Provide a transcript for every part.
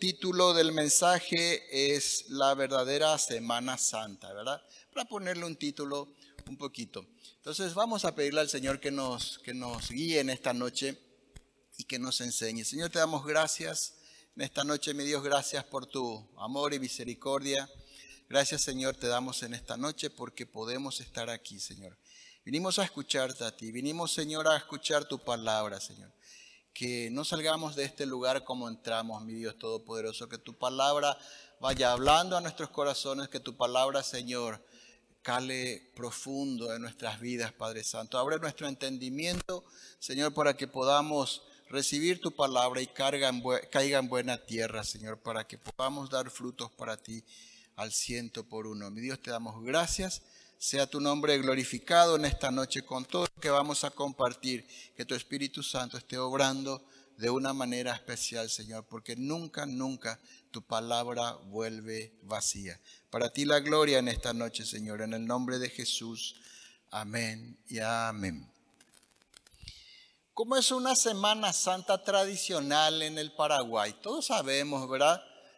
título del mensaje es La verdadera Semana Santa, ¿verdad? Para ponerle un título un poquito. Entonces vamos a pedirle al Señor que nos guíe en esta noche y que nos enseñe. Señor, te damos gracias en esta noche, mi Dios, gracias por tu amor y misericordia. Gracias, Señor, te damos en esta noche porque podemos estar aquí, Señor. Vinimos a escucharte a ti, vinimos, Señor, a escuchar tu palabra, Señor. Que no salgamos de este lugar como entramos, mi Dios Todopoderoso. Que tu palabra vaya hablando a nuestros corazones, que tu palabra, Señor, cale profundo en nuestras vidas, Padre Santo. Abre nuestro entendimiento, Señor, para que podamos recibir tu palabra y caiga en buena tierra, Señor, para que podamos dar frutos para ti al 100%. Mi Dios, te damos gracias. Sea tu nombre glorificado en esta noche con todo lo que vamos a compartir. Que tu Espíritu Santo esté obrando de una manera especial, Señor, porque nunca, nunca tu palabra vuelve vacía. Para ti la gloria en esta noche, Señor, en el nombre de Jesús. Amén y amén. ¿Cómo es una Semana Santa tradicional en el Paraguay? Todos sabemos, ¿verdad?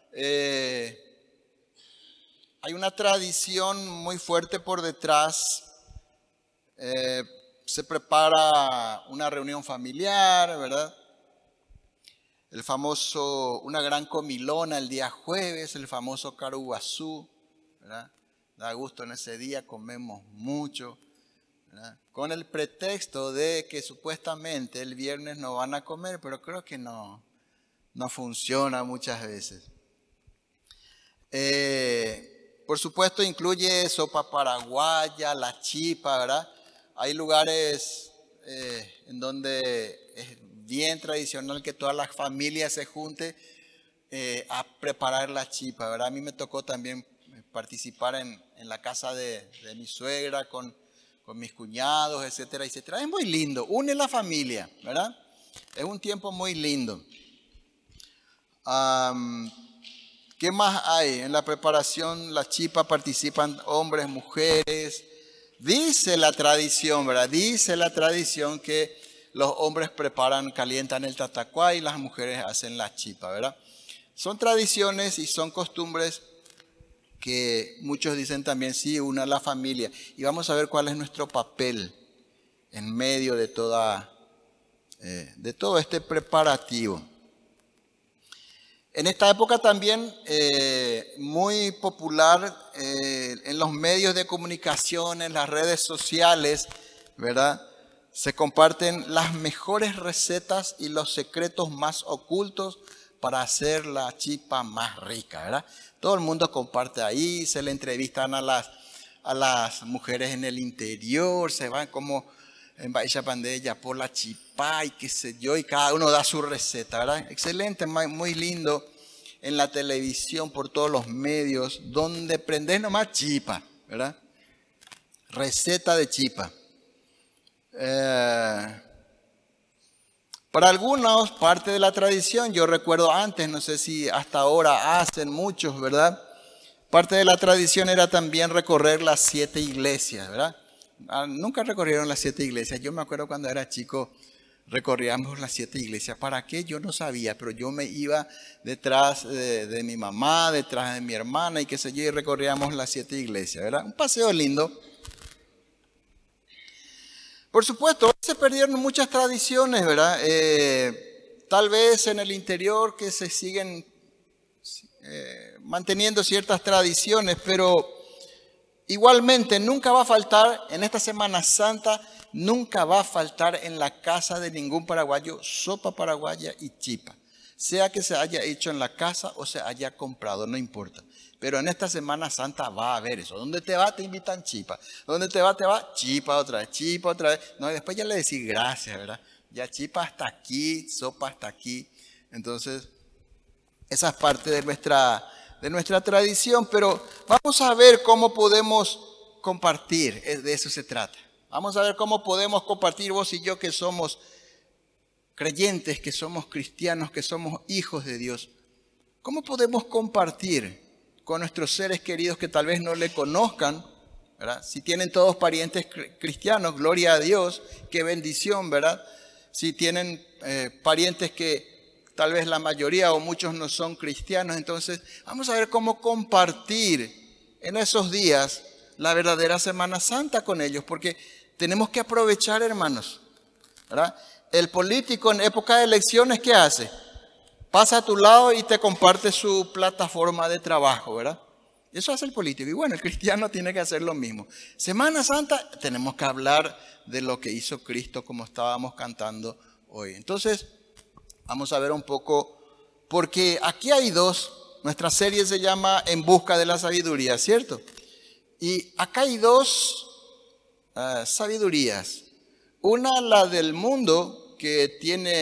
Hay una tradición muy fuerte por detrás. Se prepara una reunión familiar, ¿verdad? Una gran comilona el día jueves, el famoso caruguazú, ¿verdad? Da gusto en ese día, comemos mucho, ¿verdad? Con el pretexto de que supuestamente el viernes no van a comer, pero creo que no funciona muchas veces. Por supuesto incluye sopa paraguaya, la chipa, ¿verdad? Hay lugares en donde es bien tradicional que todas las familias se junten a preparar la chipa, ¿verdad? A mí me tocó también participar en la casa de mi suegra con mis cuñados, etcétera, etcétera. Es muy lindo, une la familia, ¿verdad? Es un tiempo muy lindo. ¿Qué más hay? En la preparación, la chipa participan hombres, mujeres. Dice la tradición, ¿verdad? Dice la tradición que los hombres calientan el tatacuá y las mujeres hacen la chipa, ¿verdad? Son tradiciones y son costumbres que muchos dicen también, sí, una a la familia. Y vamos a ver cuál es nuestro papel en medio de todo este preparativo. En esta época también muy popular en los medios de comunicación, en las redes sociales, ¿verdad? Se comparten las mejores recetas y los secretos más ocultos para hacer la chipa más rica, ¿verdad? Todo el mundo comparte ahí, se le entrevistan a las mujeres en el interior, se van como en Bahía Pandella por la chipa y qué sé yo, y cada uno da su receta, ¿verdad? Excelente, muy lindo en la televisión, por todos los medios, donde prendés nomás chipa, ¿verdad? Receta de chipa. Para algunos, parte de la tradición, yo recuerdo antes, no sé si hasta ahora hacen muchos, ¿verdad? Parte de la tradición era también recorrer las 7 iglesias, ¿verdad? Nunca recorrieron las 7 iglesias. Yo me acuerdo cuando era chico, recorríamos las 7 iglesias. ¿Para qué? Yo no sabía, pero yo me iba detrás de mi mamá, detrás de mi hermana y qué sé yo, y recorríamos las 7 iglesias, ¿verdad? Un paseo lindo. Por supuesto, se perdieron muchas tradiciones, ¿verdad? Tal vez en el interior que se siguen manteniendo ciertas tradiciones, pero igualmente nunca va a faltar en esta Semana Santa, nunca va a faltar en la casa de ningún paraguayo sopa paraguaya y chipa. Sea que se haya hecho en la casa o se haya comprado, no importa. Pero en esta Semana Santa va a haber eso. Donde te va, te invitan chipa. Donde te va, chipa otra vez, chipa otra vez. No, y después ya le decís gracias, ¿verdad? Ya chipa hasta aquí, sopa hasta aquí. Entonces, esa es parte de nuestra tradición. Pero vamos a ver cómo podemos compartir. De eso se trata. Vamos a ver cómo podemos compartir vos y yo que somos creyentes, que somos cristianos, que somos hijos de Dios. ¿Cómo podemos compartir con nuestros seres queridos que tal vez no le conozcan, ¿verdad? Si tienen todos parientes cristianos, gloria a Dios, qué bendición, ¿verdad? Si tienen parientes que tal vez la mayoría o muchos no son cristianos. Entonces vamos a ver cómo compartir en esos días la verdadera Semana Santa con ellos, porque tenemos que aprovechar, hermanos, ¿verdad? El político en época de elecciones, ¿qué hace? Pasa a tu lado y te comparte su plataforma de trabajo, ¿verdad? Eso hace el político. Y bueno, el cristiano tiene que hacer lo mismo. Semana Santa, tenemos que hablar de lo que hizo Cristo, como estábamos cantando hoy. Entonces, vamos a ver un poco, porque aquí hay dos. Nuestra serie se llama En busca de la sabiduría, ¿cierto? Y acá hay dos sabidurías. Una, la del mundo, que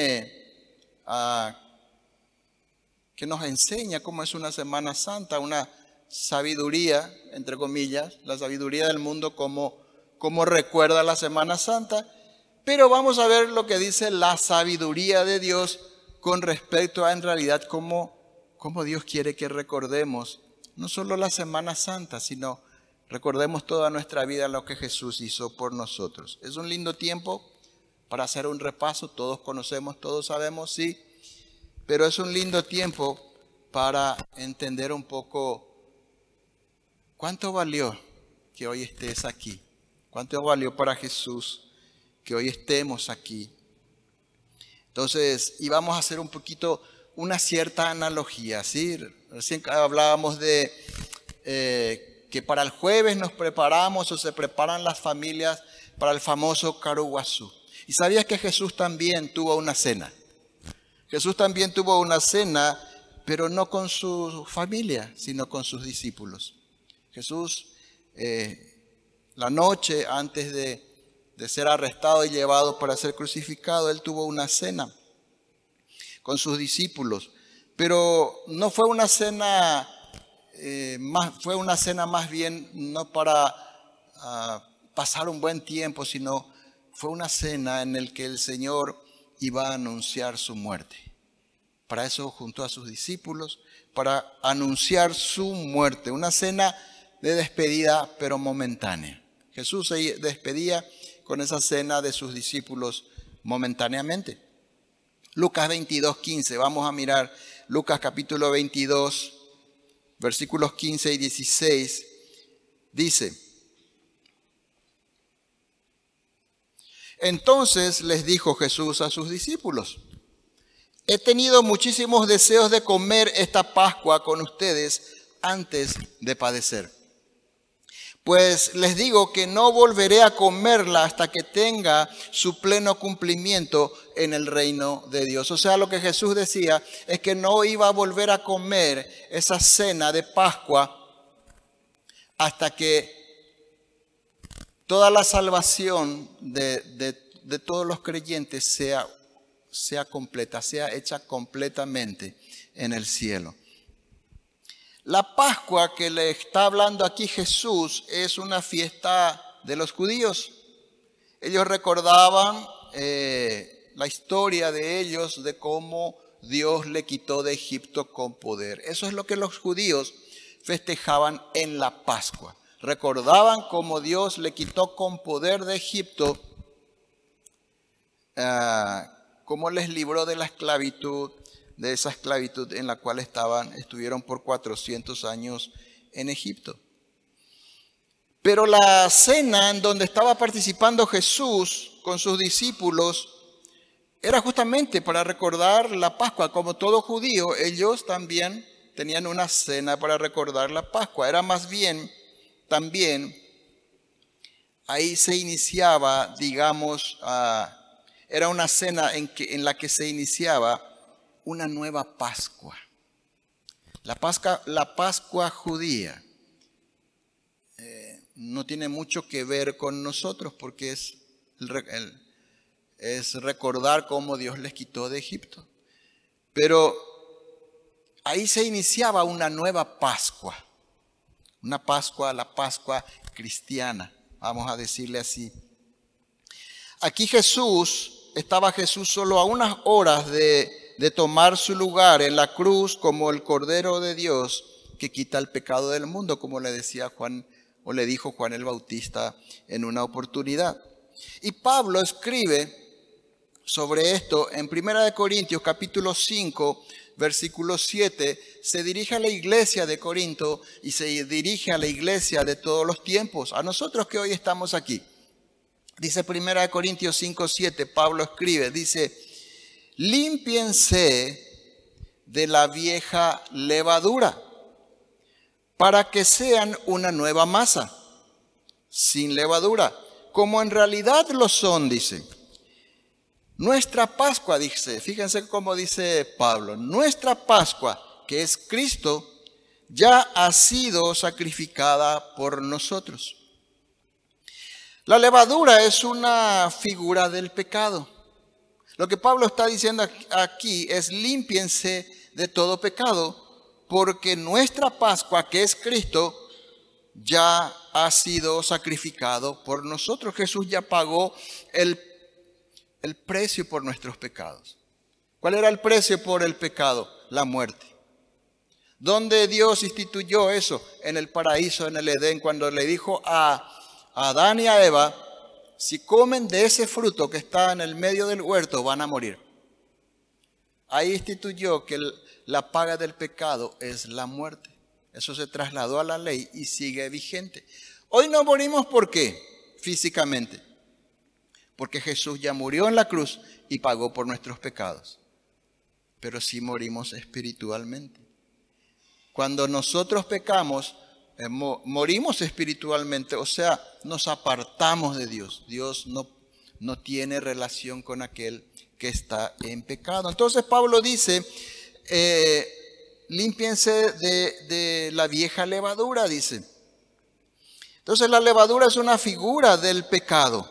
que nos enseña cómo es una Semana Santa, una sabiduría, entre comillas, la sabiduría del mundo, cómo recuerda la Semana Santa. Pero vamos a ver lo que dice la sabiduría de Dios con respecto a, en realidad, cómo Dios quiere que recordemos no solo la Semana Santa, sino recordemos toda nuestra vida lo que Jesús hizo por nosotros. Es un lindo tiempo para hacer un repaso. Todos conocemos, todos sabemos, sí. Pero es un lindo tiempo para entender un poco cuánto valió que hoy estés aquí. Cuánto valió para Jesús que hoy estemos aquí. Entonces, y vamos a hacer un poquito una cierta analogía, ¿sí? Recién hablábamos de que para el jueves nos preparamos o se preparan las familias para el famoso Caruguazú. ¿Y sabías que Jesús también tuvo una cena? Jesús también tuvo una cena, pero no con su familia, sino con sus discípulos. Jesús, la noche antes de ser arrestado y llevado para ser crucificado, él tuvo una cena con sus discípulos. Pero no fue una cena, fue una cena más bien no para pasar un buen tiempo, sino fue una cena en la que el Señor iba a anunciar su muerte. Para eso juntó a sus discípulos, para anunciar su muerte. Una cena de despedida, pero momentánea. Jesús se despedía con esa cena de sus discípulos momentáneamente. Lucas 22:15, vamos a mirar Lucas capítulo 22, versículos 15 y 16, dice: Entonces les dijo Jesús a sus discípulos: He tenido muchísimos deseos de comer esta Pascua con ustedes antes de padecer. Pues les digo que no volveré a comerla hasta que tenga su pleno cumplimiento en el reino de Dios. O sea, lo que Jesús decía es que no iba a volver a comer esa cena de Pascua hasta que toda la salvación de todos los creyentes sea completa, sea hecha completamente en el cielo. La Pascua que le está hablando aquí Jesús es una fiesta de los judíos. Ellos recordaban la historia de ellos, de cómo Dios le quitó de Egipto con poder. Eso es lo que los judíos festejaban en la Pascua. Recordaban cómo Dios le quitó con poder de Egipto, cómo les libró de la esclavitud, de esa esclavitud en la cual estuvieron por 400 años en Egipto. Pero la cena en donde estaba participando Jesús con sus discípulos era justamente para recordar la Pascua. Como todo judío, ellos también tenían una cena para recordar la Pascua. Era más bien también, ahí se iniciaba, digamos, era una cena en la que se iniciaba una nueva Pascua. La Pascua judía no tiene mucho que ver con nosotros porque es recordar cómo Dios les quitó de Egipto. Pero ahí se iniciaba una nueva Pascua. Una Pascua, la Pascua cristiana, vamos a decirle así. Aquí estaba Jesús solo a unas horas de tomar su lugar en la cruz como el Cordero de Dios que quita el pecado del mundo, como le decía Juan, o le dijo Juan el Bautista en una oportunidad. Y Pablo escribe sobre esto, en 1 Corintios capítulo 5, versículo 7, se dirige a la iglesia de Corinto y se dirige a la iglesia de todos los tiempos, a nosotros que hoy estamos aquí. Dice 1 Corintios 5, 7, Pablo escribe, dice, límpiense de la vieja levadura para que sean una nueva masa, sin levadura, como en realidad lo son, dice. Nuestra Pascua, dice, fíjense cómo dice Pablo, nuestra Pascua, que es Cristo, ya ha sido sacrificada por nosotros. La levadura es una figura del pecado. Lo que Pablo está diciendo aquí es límpiense de todo pecado, porque nuestra Pascua, que es Cristo, ya ha sido sacrificado por nosotros. Jesús ya pagó el precio por nuestros pecados. ¿Cuál era el precio por el pecado? La muerte. ¿Dónde Dios instituyó eso? En el paraíso, en el Edén, cuando le dijo a Adán y a Eva, si comen de ese fruto que está en el medio del huerto, van a morir. Ahí instituyó que la paga del pecado es la muerte. Eso se trasladó a la ley y sigue vigente. Hoy no morimos, ¿por qué? Físicamente. Porque Jesús ya murió en la cruz y pagó por nuestros pecados. Pero sí morimos espiritualmente. Cuando nosotros pecamos, morimos espiritualmente, o sea, nos apartamos de Dios. Dios no tiene relación con aquel que está en pecado. Entonces Pablo dice, límpiense de la vieja levadura, dice. Entonces la levadura es una figura del pecado.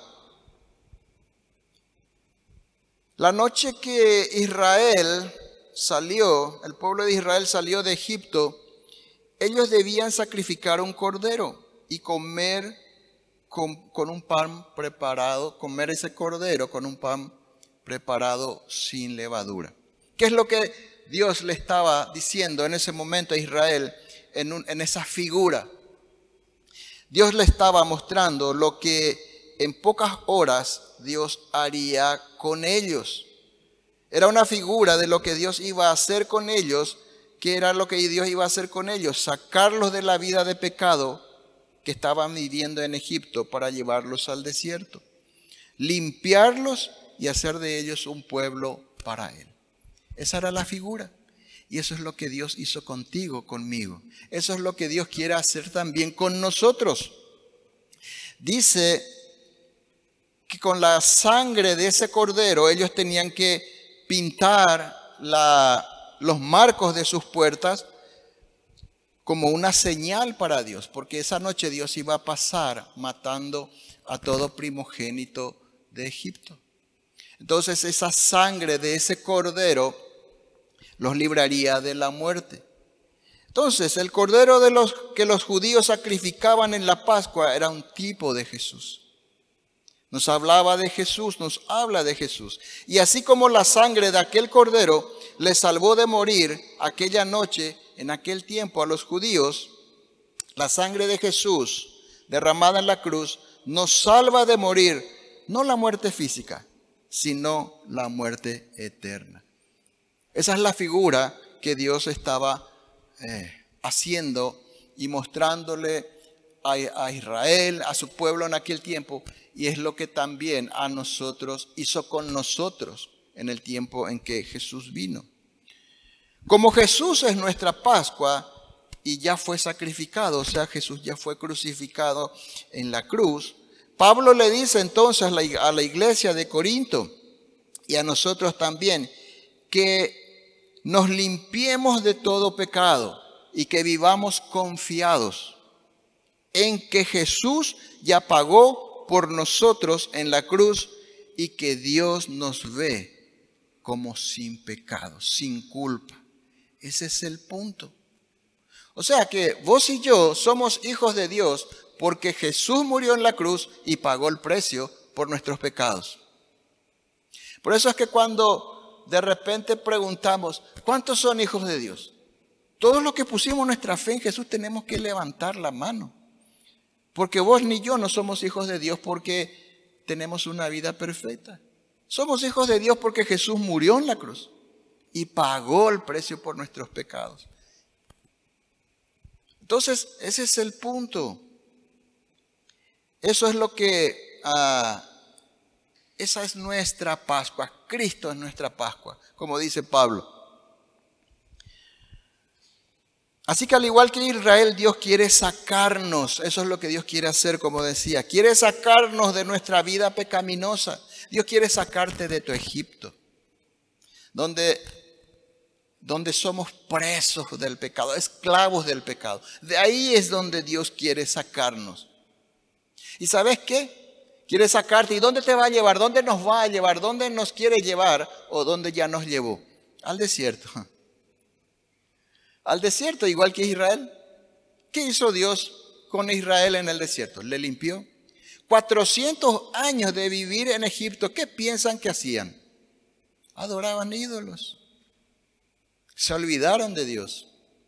La noche que Israel salió, el pueblo de Israel salió de Egipto, ellos debían sacrificar un cordero y comer con un pan preparado, comer ese cordero con un pan preparado sin levadura. ¿Qué es lo que Dios le estaba diciendo en ese momento a Israel en esa figura? Dios le estaba mostrando lo que en pocas horas Dios haría con ellos. Era una figura de lo que Dios iba a hacer con ellos. ¿Qué era lo que Dios iba a hacer con ellos? Sacarlos de la vida de pecado que estaban viviendo en Egipto para llevarlos al desierto. Limpiarlos y hacer de ellos un pueblo para Él. Esa era la figura. Y eso es lo que Dios hizo contigo, conmigo. Eso es lo que Dios quiere hacer también con nosotros. Dice que con la sangre de ese cordero ellos tenían que pintar los marcos de sus puertas como una señal para Dios, porque esa noche Dios iba a pasar matando a todo primogénito de Egipto. Entonces esa sangre de ese cordero los libraría de la muerte. Entonces el cordero que los judíos sacrificaban en la Pascua era un tipo de Jesús. Nos hablaba de Jesús, nos habla de Jesús. Y así como la sangre de aquel cordero les salvó de morir aquella noche, en aquel tiempo a los judíos, la sangre de Jesús derramada en la cruz nos salva de morir, no la muerte física, sino la muerte eterna. Esa es la figura que Dios estaba haciendo y mostrándole a Israel, a su pueblo en aquel tiempo, y es lo que también a nosotros hizo con nosotros en el tiempo en que Jesús vino. Como Jesús es nuestra Pascua y ya fue sacrificado, o sea, Jesús ya fue crucificado en la cruz, Pablo le dice entonces a la iglesia de Corinto y a nosotros también que nos limpiemos de todo pecado y que vivamos confiados en que Jesús ya pagó por nosotros en la cruz y que Dios nos ve como sin pecado, sin culpa. Ese es el punto. O sea que vos y yo somos hijos de Dios porque Jesús murió en la cruz y pagó el precio por nuestros pecados. Por eso es que cuando de repente preguntamos, ¿cuántos son hijos de Dios? Todos los que pusimos nuestra fe en Jesús tenemos que levantar la mano. Porque vos ni yo no somos hijos de Dios porque tenemos una vida perfecta. Somos hijos de Dios porque Jesús murió en la cruz y pagó el precio por nuestros pecados. Entonces, ese es el punto. Eso es lo que, esa es nuestra Pascua. Cristo es nuestra Pascua, como dice Pablo. Así que al igual que Israel, Dios quiere sacarnos. Eso es lo que Dios quiere hacer, como decía. Quiere sacarnos de nuestra vida pecaminosa. Dios quiere sacarte de tu Egipto, donde somos presos del pecado, esclavos del pecado. De ahí es donde Dios quiere sacarnos. ¿Y sabes qué? Quiere sacarte. ¿Y dónde te va a llevar? ¿Dónde nos va a llevar? ¿Dónde nos quiere llevar? ¿O dónde ya nos llevó? Al desierto. Al desierto, igual que Israel. ¿Qué hizo Dios con Israel en el desierto? Le limpió. 400 años de vivir en Egipto. ¿Qué piensan que hacían? Adoraban ídolos. Se olvidaron de Dios.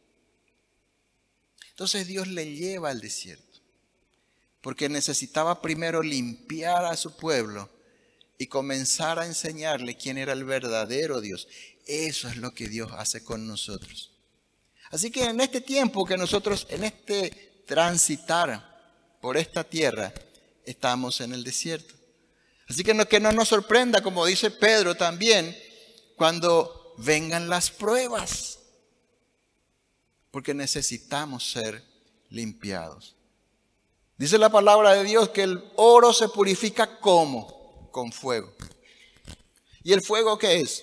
Entonces Dios le lleva al desierto, porque necesitaba primero limpiar a su pueblo y comenzar a enseñarle quién era el verdadero Dios. Eso es lo que Dios hace con nosotros. Así que en este tiempo que nosotros, en este transitar por esta tierra, estamos en el desierto. Así que no nos sorprenda, como dice Pedro también, cuando vengan las pruebas, porque necesitamos ser limpiados. Dice la palabra de Dios que el oro se purifica ¿cómo? Con fuego. ¿Y el fuego qué es?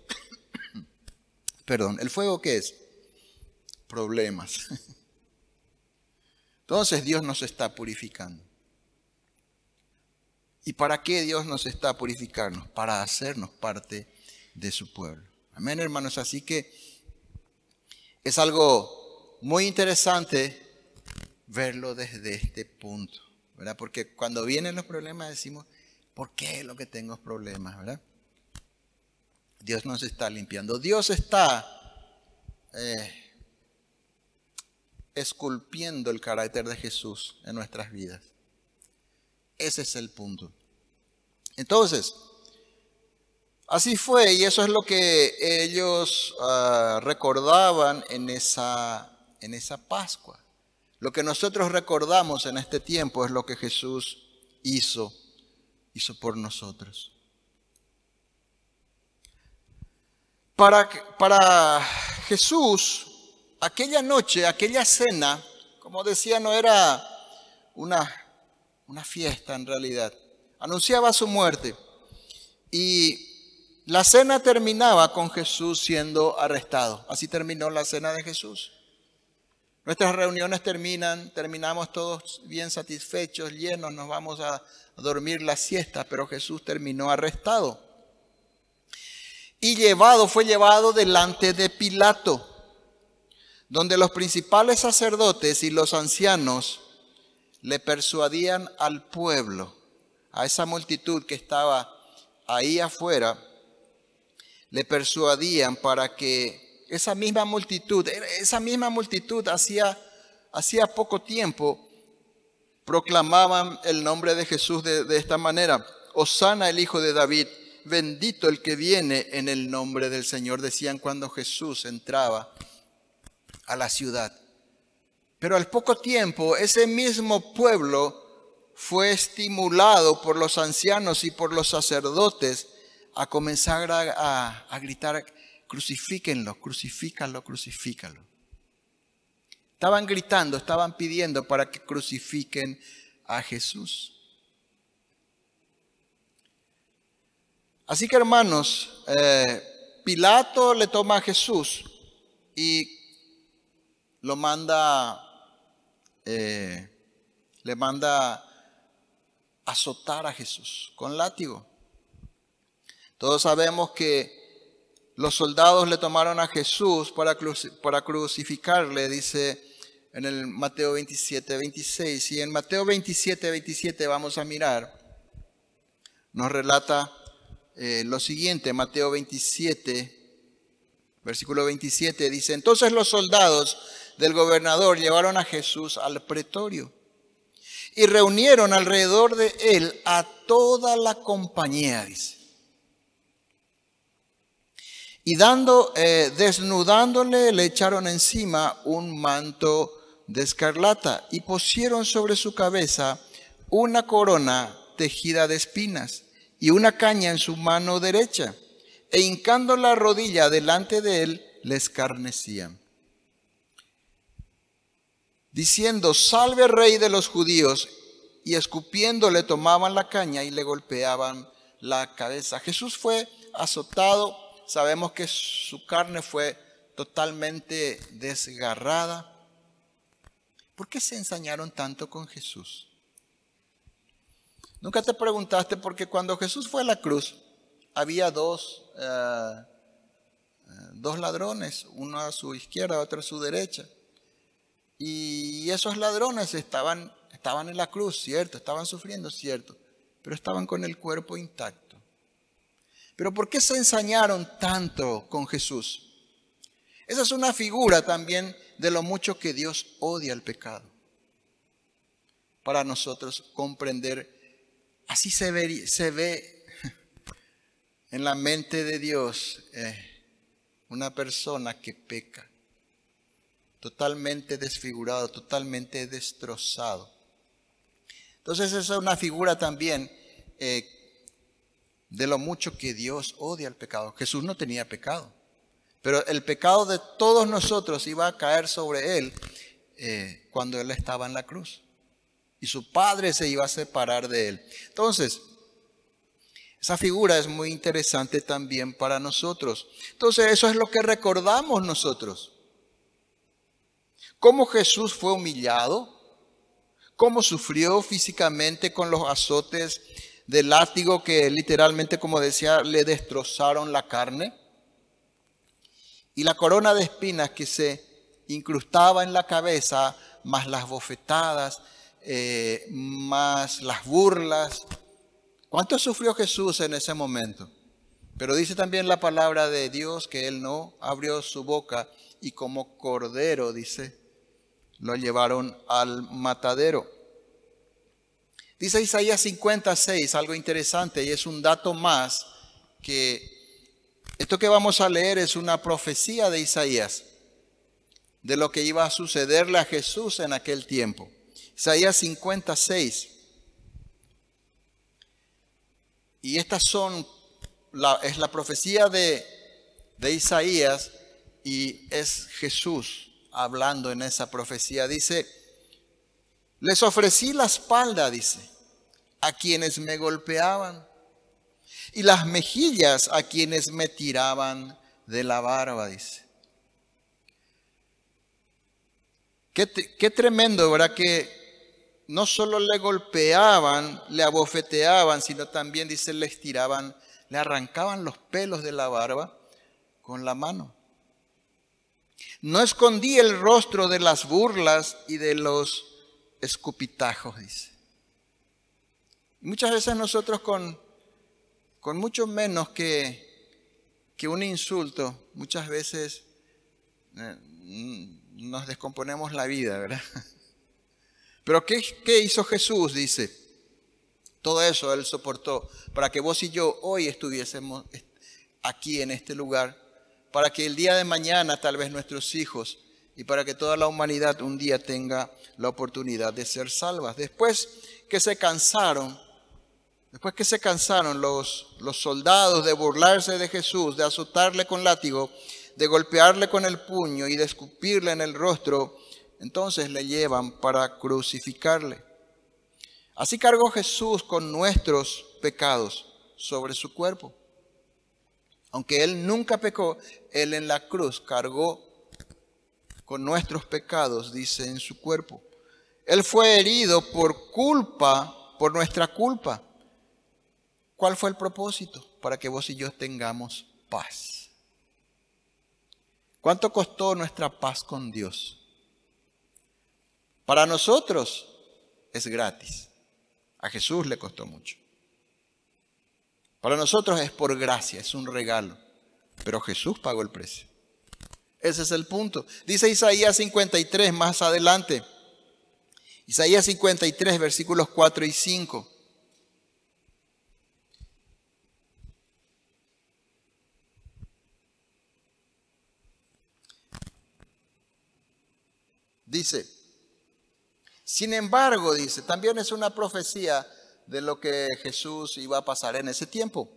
Perdón, ¿el fuego qué es? Problemas. Entonces Dios nos está purificando. ¿Y para qué Dios nos está purificando? Para hacernos parte de su pueblo. Amén, hermanos. Así que es algo muy interesante verlo desde este punto, ¿verdad? Porque cuando vienen los problemas decimos, ¿por qué es lo que tengo problemas, verdad? Dios nos está limpiando. Dios está esculpiendo el carácter de Jesús en nuestras vidas. Ese es el punto. Entonces, así fue, y eso es lo que ellos recordaban en esa Pascua. Lo que nosotros recordamos en este tiempo es lo que Jesús hizo por nosotros. Para Jesús, aquella noche, aquella cena, como decía, no era una fiesta en realidad. Anunciaba su muerte. Y la cena terminaba con Jesús siendo arrestado. Así terminó la cena de Jesús. Nuestras reuniones terminamos todos bien satisfechos, llenos, nos vamos a dormir la siesta, pero Jesús terminó arrestado. Y fue llevado delante de Pilato, donde los principales sacerdotes y los ancianos le persuadían al pueblo, a esa multitud que estaba ahí afuera, le persuadían para que esa misma multitud hacía poco tiempo proclamaban el nombre de Jesús de esta manera: Hosana el Hijo de David, bendito el que viene en el nombre del Señor, decían cuando Jesús entraba a la ciudad. Pero al poco tiempo ese mismo pueblo fue estimulado por los ancianos y por los sacerdotes a comenzar a gritar: crucifíquenlo, crucifícalo, crucifícalo. Estaban gritando, estaban pidiendo para que crucifiquen a Jesús. Así que, hermanos, Pilato le toma a Jesús y le manda azotar a Jesús con látigo. Todos sabemos que los soldados le tomaron a Jesús para crucificarle, dice en el Mateo 27, 26. Y en Mateo 27, 27 vamos a mirar, nos relata lo siguiente. Mateo 27, versículo 27 dice: entonces los soldados del gobernador llevaron a Jesús al pretorio y reunieron alrededor de él a toda la compañía, dice. Y desnudándole, le echaron encima un manto de escarlata y pusieron sobre su cabeza una corona tejida de espinas y una caña en su mano derecha. E hincando la rodilla delante de él, le escarnecían, diciendo: Salve, Rey de los judíos. Y escupiéndole tomaban la caña y le golpeaban la cabeza. Jesús fue azotado. Sabemos que su carne fue totalmente desgarrada. ¿Por qué se ensañaron tanto con Jesús? ¿Nunca te preguntaste? Porque cuando Jesús fue a la cruz, había dos ladrones, uno a su izquierda, otro a su derecha. Y esos ladrones estaban en la cruz, cierto, estaban sufriendo, cierto, pero estaban con el cuerpo intacto. Pero ¿por qué se ensañaron tanto con Jesús? Esa es una figura también de lo mucho que Dios odia el pecado. Para nosotros comprender, así se ve en la mente de Dios una persona que peca, totalmente desfigurado, totalmente destrozado. Entonces esa es una figura también de lo mucho que Dios odia el pecado. Jesús no tenía pecado, pero el pecado de todos nosotros iba a caer sobre él cuando él estaba en la cruz. Y su Padre se iba a separar de él. Entonces, esa figura es muy interesante también para nosotros. Entonces, eso es lo que recordamos nosotros. Cómo Jesús fue humillado, cómo sufrió físicamente con los azotes de látigo que literalmente, como decía, le destrozaron la carne. Y la corona de espinas que se incrustaba en la cabeza, más las bofetadas, más las burlas. ¿Cuánto sufrió Jesús en ese momento? Pero dice también la palabra de Dios que él no abrió su boca y como cordero, dice, lo llevaron al matadero. Dice Isaías 56, algo interesante, y es un dato más, que esto que vamos a leer es una profecía de Isaías, de lo que iba a sucederle a Jesús en aquel tiempo. Isaías 56. Y estas es la profecía de Isaías y es Jesús hablando en esa profecía. Dice: les ofrecí la espalda, dice, a quienes me golpeaban y las mejillas a quienes me tiraban de la barba, dice. Qué tremendo, ¿verdad? Que no solo le golpeaban, le abofeteaban, sino también, dice, les tiraban, le arrancaban los pelos de la barba con la mano. No escondí el rostro de las burlas y de los escupitajos, dice. Muchas veces nosotros con mucho menos que un insulto, muchas veces nos descomponemos la vida, ¿verdad? Pero ¿qué hizo Jesús? Dice, todo eso Él soportó para que vos y yo hoy estuviésemos aquí en este lugar, para que el día de mañana tal vez nuestros hijos y para que toda la humanidad un día tenga la oportunidad de ser salvas. Después que se cansaron los soldados de burlarse de Jesús, de azotarle con látigo, de golpearle con el puño y de escupirle en el rostro, entonces le llevan para crucificarle. Así cargó Jesús con nuestros pecados sobre su cuerpo. Aunque Él nunca pecó, Él en la cruz cargó con nuestros pecados, dice, en su cuerpo. Él fue herido por nuestra culpa. ¿Cuál fue el propósito? Para que vos y yo tengamos paz. ¿Cuánto costó nuestra paz con Dios? Para nosotros es gratis. A Jesús le costó mucho. Para nosotros es por gracia, es un regalo. Pero Jesús pagó el precio. Ese es el punto. Dice Isaías 53 más adelante. Isaías 53, versículos 4 y 5. Dice, sin embargo, dice, también es una profecía de lo que Jesús iba a pasar en ese tiempo.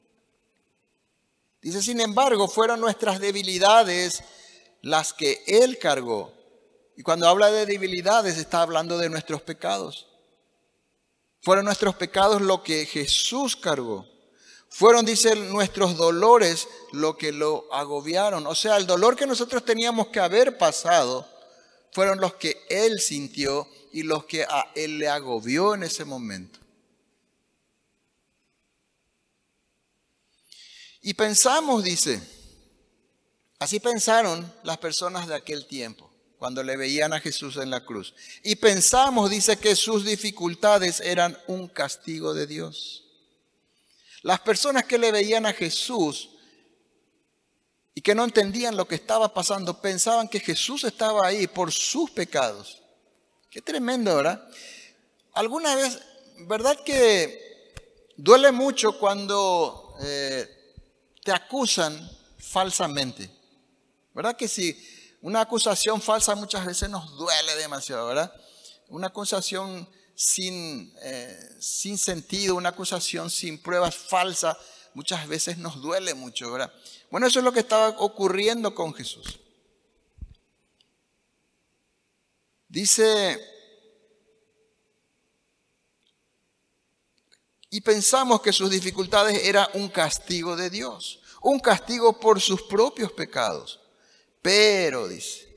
Dice, sin embargo, fueron nuestras debilidades las que Él cargó. Y cuando habla de debilidades, está hablando de nuestros pecados. Fueron nuestros pecados lo que Jesús cargó. Fueron, dice, nuestros dolores lo que lo agobiaron. O sea, el dolor que nosotros teníamos que haber pasado fueron los que Él sintió y los que a Él le agobió en ese momento. Y pensamos, dice, así pensaron las personas de aquel tiempo, cuando le veían a Jesús en la cruz. Y pensamos, dice, que sus dificultades eran un castigo de Dios. Las personas que le veían a Jesús y que no entendían lo que estaba pasando, pensaban que Jesús estaba ahí por sus pecados. Qué tremendo, ¿verdad? Alguna vez, ¿verdad que duele mucho cuando te acusan falsamente? ¿Verdad que sí? Una acusación falsa muchas veces nos duele demasiado, ¿verdad? Una acusación sin sentido, una acusación sin pruebas falsas, muchas veces nos duele mucho, ¿verdad? Bueno, eso es lo que estaba ocurriendo con Jesús. Dice, y pensamos que sus dificultades eran un castigo de Dios, un castigo por sus propios pecados. Pero, dice,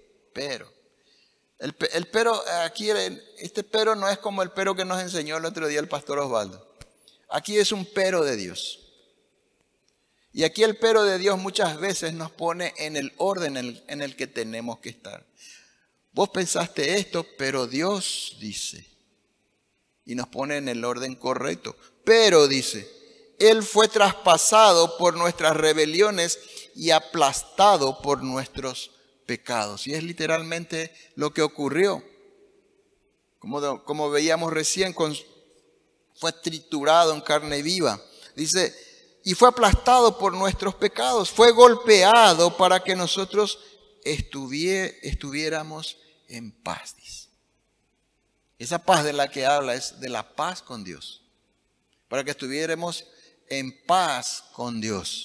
el pero, aquí este pero no es como el pero que nos enseñó el otro día el pastor Osvaldo. Aquí es un pero de Dios. Y aquí el pero de Dios muchas veces nos pone en el orden en el que tenemos que estar. Vos pensaste esto, pero Dios dice. Y nos pone en el orden correcto. Pero dice, Él fue traspasado por nuestras rebeliones y aplastado por nuestros pecados. Y es literalmente lo que ocurrió. Como veíamos recién, fue triturado en carne viva. Dice, y fue aplastado por nuestros pecados. Fue golpeado para que nosotros estuviéramos en paz. Dice. Esa paz de la que habla es de la paz con Dios. Para que estuviéramos en paz con Dios.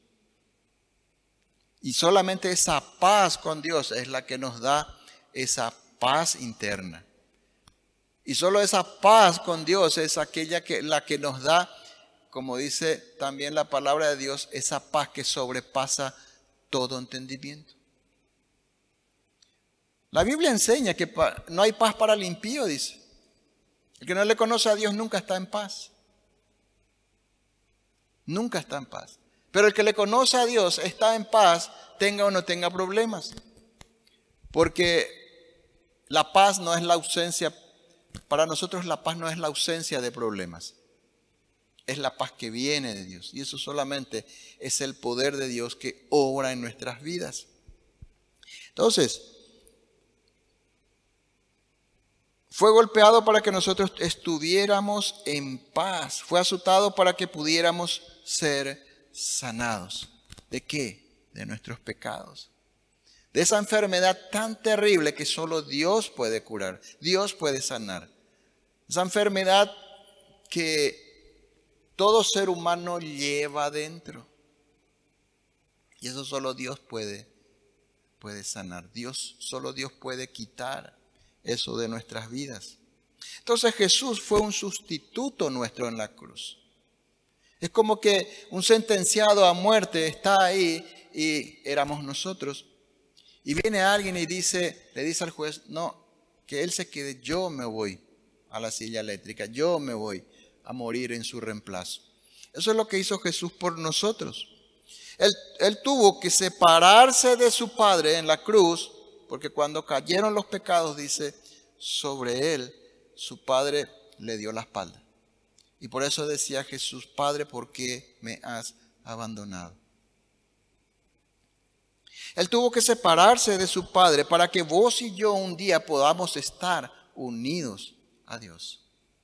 Y solamente esa paz con Dios es la que nos da esa paz interna. Y solo esa paz con Dios es la que nos da, como dice también la palabra de Dios, esa paz que sobrepasa todo entendimiento. La Biblia enseña que no hay paz para el impío, dice. El que no le conoce a Dios nunca está en paz. Nunca está en paz. Pero el que le conoce a Dios está en paz, tenga o no tenga problemas. Porque la paz no es la ausencia, para nosotros la paz no es la ausencia de problemas. Es la paz que viene de Dios. Y eso solamente es el poder de Dios que obra en nuestras vidas. Entonces, fue golpeado para que nosotros estuviéramos en paz. Fue azotado para que pudiéramos ser sanados. ¿De qué? De nuestros pecados. De esa enfermedad tan terrible que solo Dios puede curar. Dios puede sanar. Esa enfermedad que todo ser humano lleva dentro. Y eso solo Dios puede sanar. Solo Dios puede quitar eso de nuestras vidas. Entonces Jesús fue un sustituto nuestro en la cruz. Es como que un sentenciado a muerte está ahí y éramos nosotros. Y viene alguien y le dice al juez, no, que él se quede, yo me voy a la silla eléctrica, yo me voy a morir en su reemplazo. Eso es lo que hizo Jesús por nosotros. Él tuvo que separarse de su Padre en la cruz, porque cuando cayeron los pecados, dice, sobre él, su Padre le dio la espalda. Y por eso decía Jesús, Padre, ¿por qué me has abandonado? Él tuvo que separarse de su Padre para que vos y yo un día podamos estar unidos a Dios.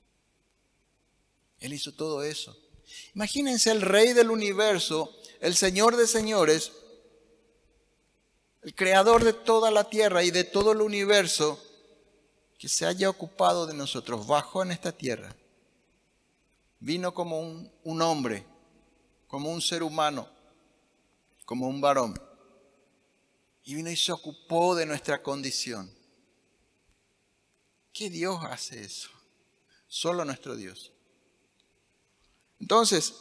Él hizo todo eso. Imagínense el Rey del universo, el Señor de señores, el creador de toda la tierra y de todo el universo, que se haya ocupado de nosotros, bajó en esta tierra, vino como un hombre, como un ser humano, como un varón, y vino y se ocupó de nuestra condición. ¿Qué Dios hace eso? Solo nuestro Dios. Entonces,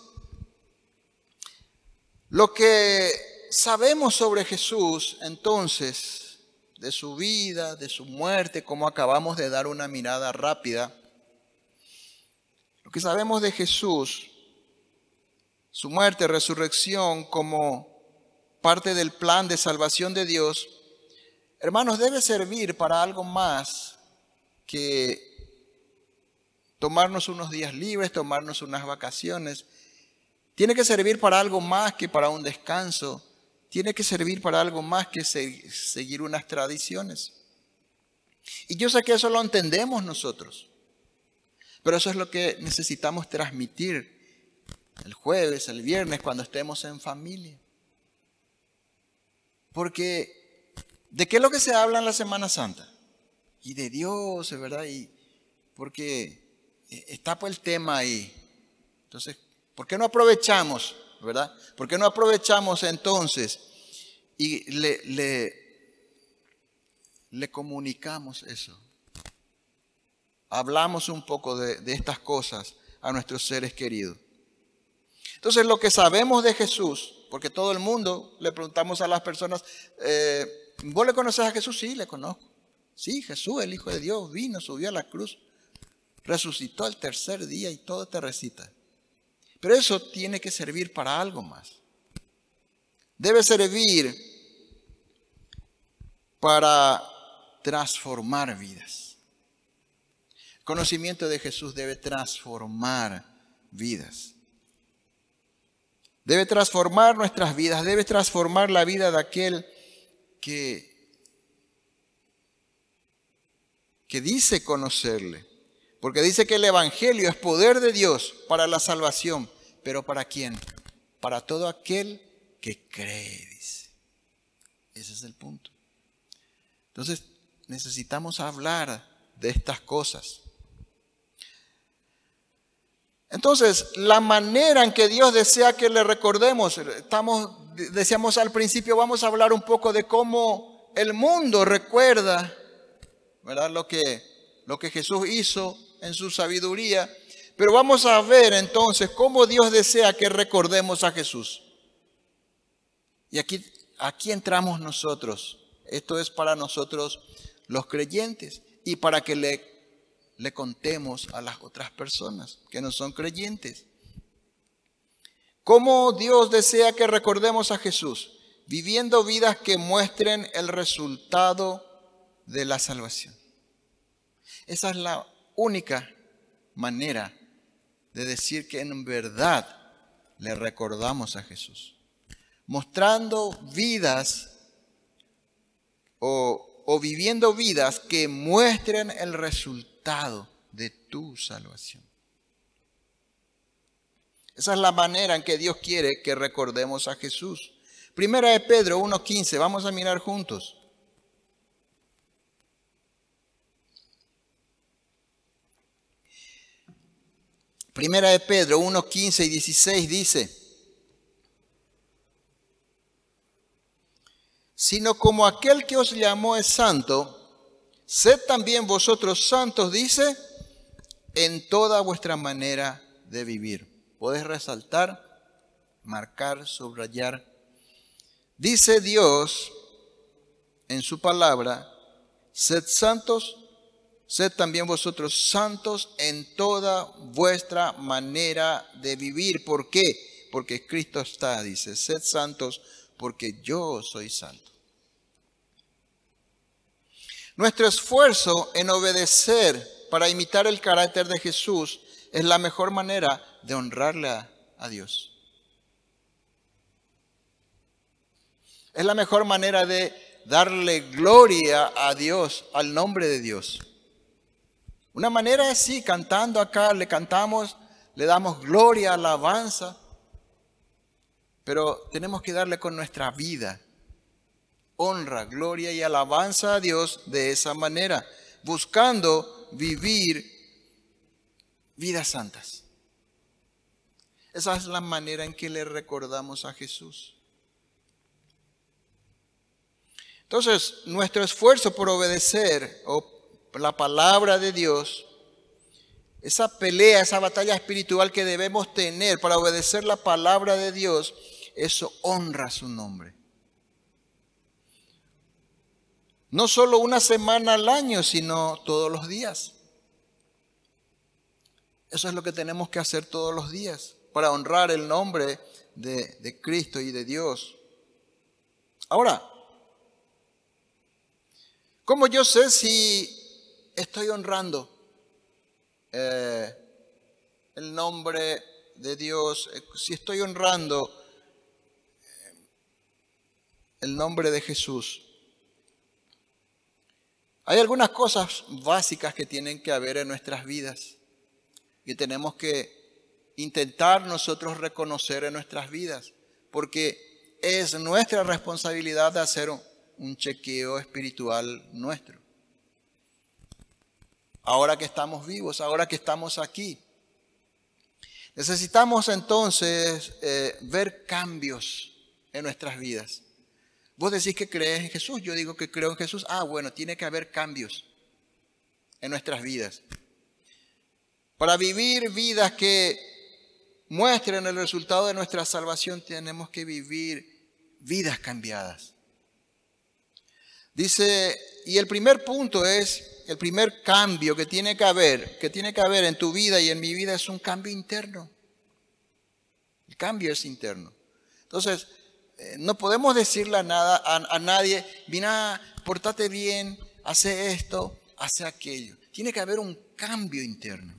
lo que sabemos sobre Jesús, entonces, de su vida, de su muerte, como acabamos de dar una mirada rápida, lo que sabemos de Jesús, su muerte, resurrección, como parte del plan de salvación de Dios, hermanos, debe servir para algo más que tomarnos unos días libres, tomarnos unas vacaciones. Tiene que servir para algo más que para un descanso. Tiene que servir para algo más que seguir unas tradiciones. Y yo sé que eso lo entendemos nosotros. Pero eso es lo que necesitamos transmitir el jueves, el viernes, cuando estemos en familia. Porque, ¿de qué es lo que se habla en la Semana Santa? Y de Dios, ¿verdad? Y porque está pues el tema ahí. Entonces, ¿por qué no aprovechamos, verdad? ¿Por qué no aprovechamos entonces y le comunicamos eso? Hablamos un poco de estas cosas a nuestros seres queridos. Entonces, lo que sabemos de Jesús, porque todo el mundo le preguntamos a las personas, ¿vos le conoces a Jesús? Sí, le conozco. Sí, Jesús, el Hijo de Dios, vino, subió a la cruz, resucitó al tercer día y todo te recita. Pero eso tiene que servir para algo más. Debe servir para transformar vidas. El conocimiento de Jesús debe transformar vidas. Debe transformar nuestras vidas, debe transformar la vida de aquel que dice conocerle. Porque dice que el Evangelio es poder de Dios para la salvación. ¿Pero para quién? Para todo aquel que cree, dice. Ese es el punto. Entonces, necesitamos hablar de estas cosas. Entonces, la manera en que Dios desea que le recordemos, decíamos al principio, vamos a hablar un poco de cómo el mundo recuerda, ¿verdad? Lo que Jesús hizo en su sabiduría. Pero vamos a ver entonces cómo Dios desea que recordemos a Jesús. Y aquí entramos nosotros. Esto es para nosotros los creyentes y para que le contemos a las otras personas que no son creyentes. ¿Cómo Dios desea que recordemos a Jesús? Viviendo vidas que muestren el resultado de la salvación. Esa es la única manera de decir que en verdad le recordamos a Jesús. Mostrando vidas o viviendo vidas que muestren el resultado de tu salvación. Esa es la manera en que Dios quiere que recordemos a Jesús. Primera de Pedro 1:15, vamos a mirar juntos. Primera de Pedro 1:15 y 16 dice: sino como aquel que os llamó es santo, sed también vosotros santos, dice, en toda vuestra manera de vivir. Podés resaltar, marcar, subrayar. Dice Dios en su palabra: sed santos, sed también vosotros santos en toda vuestra manera de vivir. ¿Por qué? Porque Cristo está, dice, sed santos porque yo soy santo. Nuestro esfuerzo en obedecer para imitar el carácter de Jesús es la mejor manera de honrarle a Dios. Es la mejor manera de darle gloria a Dios, al nombre de Dios. Una manera es sí, cantando acá, le cantamos, le damos gloria, alabanza, pero tenemos que darle con nuestra vida, honra, gloria y alabanza a Dios de esa manera, buscando vivir vidas santas. Esa es la manera en que le recordamos a Jesús. Entonces, nuestro esfuerzo por obedecer la palabra de Dios, esa pelea, esa batalla espiritual que debemos tener para obedecer la palabra de Dios, eso honra su nombre. No solo una semana al año, sino todos los días. Eso es lo que tenemos que hacer todos los días para honrar el nombre de Cristo y de Dios. Ahora, ¿cómo yo sé si estoy honrando el nombre de Dios? Si estoy honrando el nombre de Jesús. Hay algunas cosas básicas que tienen que haber en nuestras vidas y tenemos que intentar nosotros reconocer en nuestras vidas, porque es nuestra responsabilidad de hacer un chequeo espiritual nuestro. Ahora que estamos vivos, ahora que estamos aquí, necesitamos entonces ver cambios en nuestras vidas. Vos decís que crees en Jesús, yo digo que creo en Jesús. Bueno, tiene que haber cambios en nuestras vidas. Para vivir vidas que muestren el resultado de nuestra salvación, tenemos que vivir vidas cambiadas. Dice, y el primer punto es, el primer cambio que tiene que haber en tu vida y en mi vida es un cambio interno. El cambio es interno. Entonces, no podemos decirle a nadie, mira, portate bien, hace esto, hace aquello. Tiene que haber un cambio interno.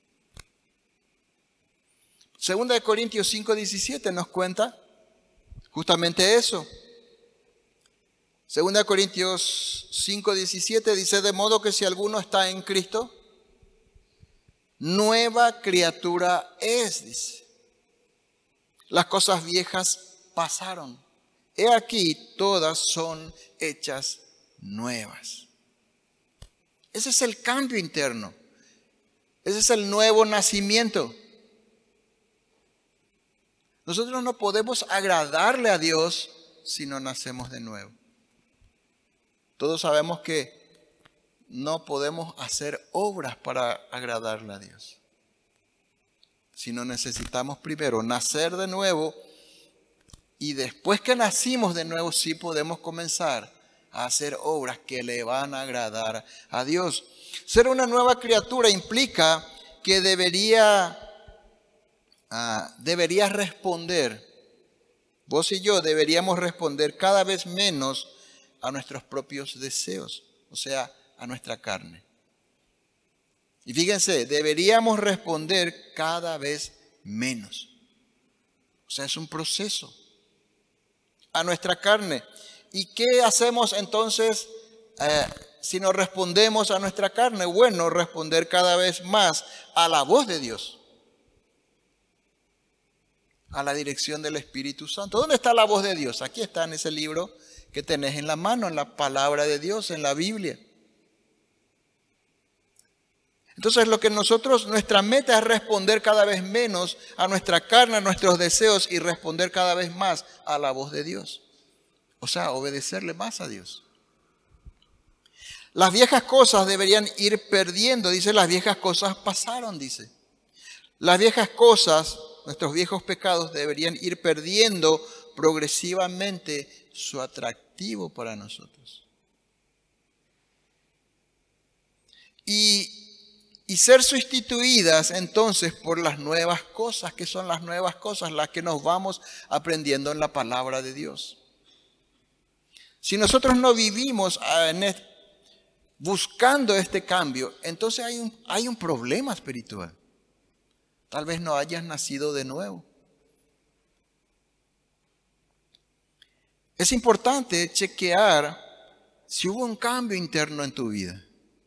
2 Corintios 5:17 nos cuenta justamente eso. 2 Corintios 5:17 dice, de modo que si alguno está en Cristo, nueva criatura es, dice. Las cosas viejas pasaron. He aquí, todas son hechas nuevas. Ese es el cambio interno. Ese es el nuevo nacimiento. Nosotros no podemos agradarle a Dios si no nacemos de nuevo. Todos sabemos que no podemos hacer obras para agradarle a Dios. Sino necesitamos primero nacer de nuevo y después que nacimos de nuevo sí podemos comenzar a hacer obras que le van a agradar a Dios. Ser una nueva criatura implica que deberías responder, vos y yo deberíamos responder cada vez menos a nuestros propios deseos, o sea, a nuestra carne. Y fíjense, deberíamos responder cada vez menos. O sea, es un proceso. A nuestra carne. ¿Y qué hacemos entonces si no respondemos a nuestra carne? Bueno, responder cada vez más a la voz de Dios. A la dirección del Espíritu Santo. ¿Dónde está la voz de Dios? Aquí está en ese libro que tenés en la mano, en la palabra de Dios, en la Biblia. Entonces nuestra meta es responder cada vez menos a nuestra carne, a nuestros deseos y responder cada vez más a la voz de Dios. O sea, obedecerle más a Dios. Las viejas cosas deberían ir perdiendo, dice, las viejas cosas pasaron, dice. Las viejas cosas, nuestros viejos pecados deberían ir perdiendo progresivamente su atractivo para nosotros. Y ser sustituidas entonces por las nuevas cosas. ¿Qué son las nuevas cosas? Las que nos vamos aprendiendo en la palabra de Dios. Si nosotros no vivimos buscando este cambio, entonces hay un problema espiritual. Tal vez no hayas nacido de nuevo. Es importante chequear si hubo un cambio interno en tu vida.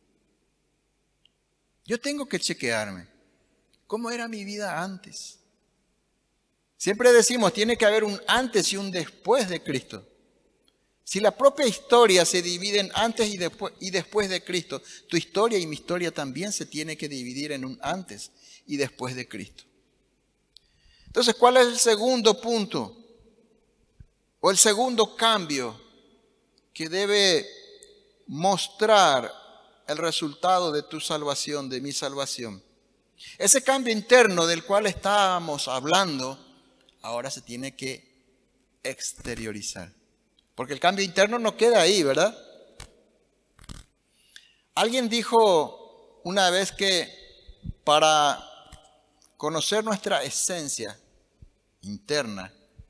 Yo tengo que chequearme. ¿Cómo era mi vida antes? Siempre decimos, tiene que haber un antes y un después de Cristo. Si la propia historia se divide en antes y después de Cristo, tu historia y mi historia también se tiene que dividir en un antes y después de Cristo. Entonces, ¿cuál es el segundo punto? O el segundo cambio que debe mostrar el resultado de tu salvación, de mi salvación. Ese cambio interno del cual estábamos hablando, ahora se tiene que exteriorizar. Porque el cambio interno no queda ahí, ¿verdad? Alguien dijo una vez que para conocer nuestra esencia interna,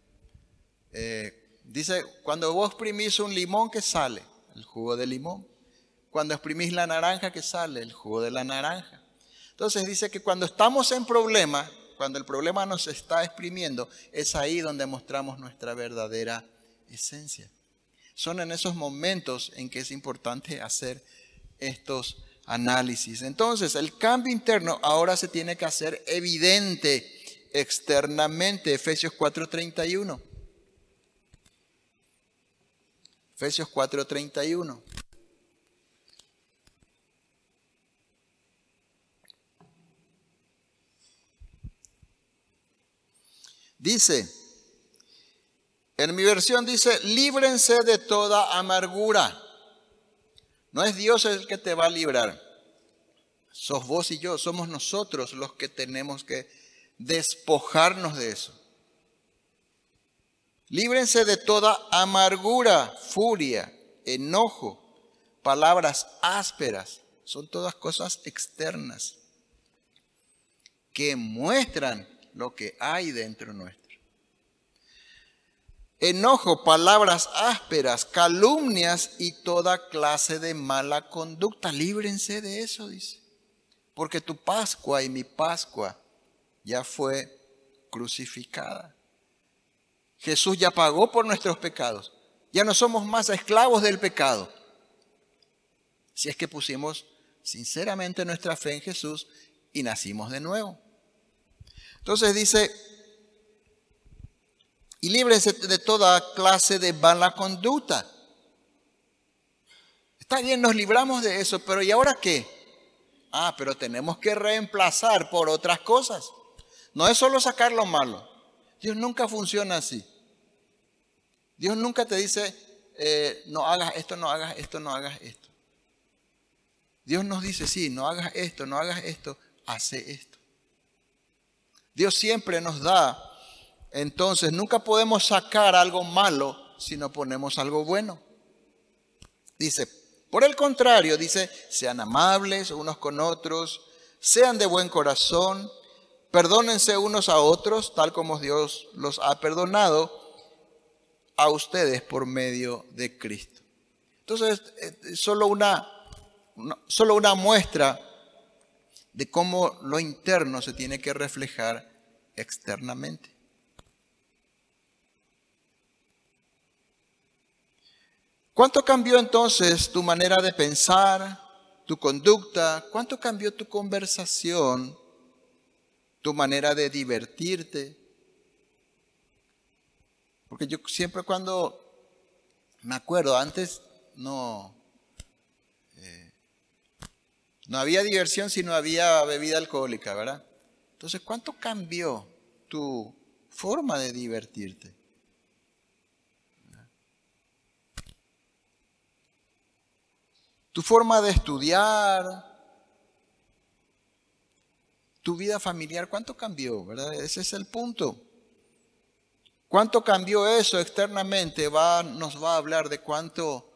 dice, cuando vos exprimís un limón, ¿qué sale? El jugo de limón. Cuando exprimís la naranja, ¿qué sale? El jugo de la naranja. Entonces dice que cuando estamos en problema, cuando el problema nos está exprimiendo, es ahí donde mostramos nuestra verdadera esencia. Son en esos momentos en que es importante hacer estos análisis. Entonces, el cambio interno ahora se tiene que hacer evidente externamente. Efesios 4:31. Efesios 4:31. Dice, en mi versión dice, líbrense de toda amargura. No es Dios el que te va a librar. Sos vos y yo, somos nosotros los que tenemos que despojarnos de eso. Líbrense de toda amargura, furia, enojo, palabras ásperas. Son todas cosas externas que muestran lo que hay dentro nuestro. Enojo, palabras ásperas, calumnias y toda clase de mala conducta. Líbrense de eso, dice. Porque tu Pascua y mi Pascua ya fue crucificada. Jesús ya pagó por nuestros pecados. Ya no somos más esclavos del pecado. Si es que pusimos sinceramente nuestra fe en Jesús y nacimos de nuevo. Entonces dice, y líbrense de toda clase de mala conducta. Está bien, nos libramos de eso, pero ¿y ahora qué? Pero tenemos que reemplazar por otras cosas. No es solo sacar lo malo. Dios nunca funciona así. Dios nunca te dice, no hagas esto, no hagas esto, no hagas esto. Dios nos dice, sí, no hagas esto, no hagas esto, hace esto. Dios siempre nos da, entonces nunca podemos sacar algo malo si no ponemos algo bueno. Dice, por el contrario, dice, sean amables unos con otros, sean de buen corazón, perdónense unos a otros, tal como Dios los ha perdonado a ustedes por medio de Cristo. Entonces, solo una muestra de cómo lo interno se tiene que reflejar externamente. ¿Cuánto cambió entonces tu manera de pensar, tu conducta? ¿Cuánto cambió tu conversación, tu manera de divertirte? Porque yo siempre cuando me acuerdo, antes no había diversión si no había bebida alcohólica, ¿verdad? Entonces, ¿cuánto cambió tu forma de divertirte? Tu forma de estudiar, tu vida familiar, ¿cuánto cambió? ¿Verdad? Ese es el punto. ¿Cuánto cambió eso externamente? Nos va a hablar de cuánto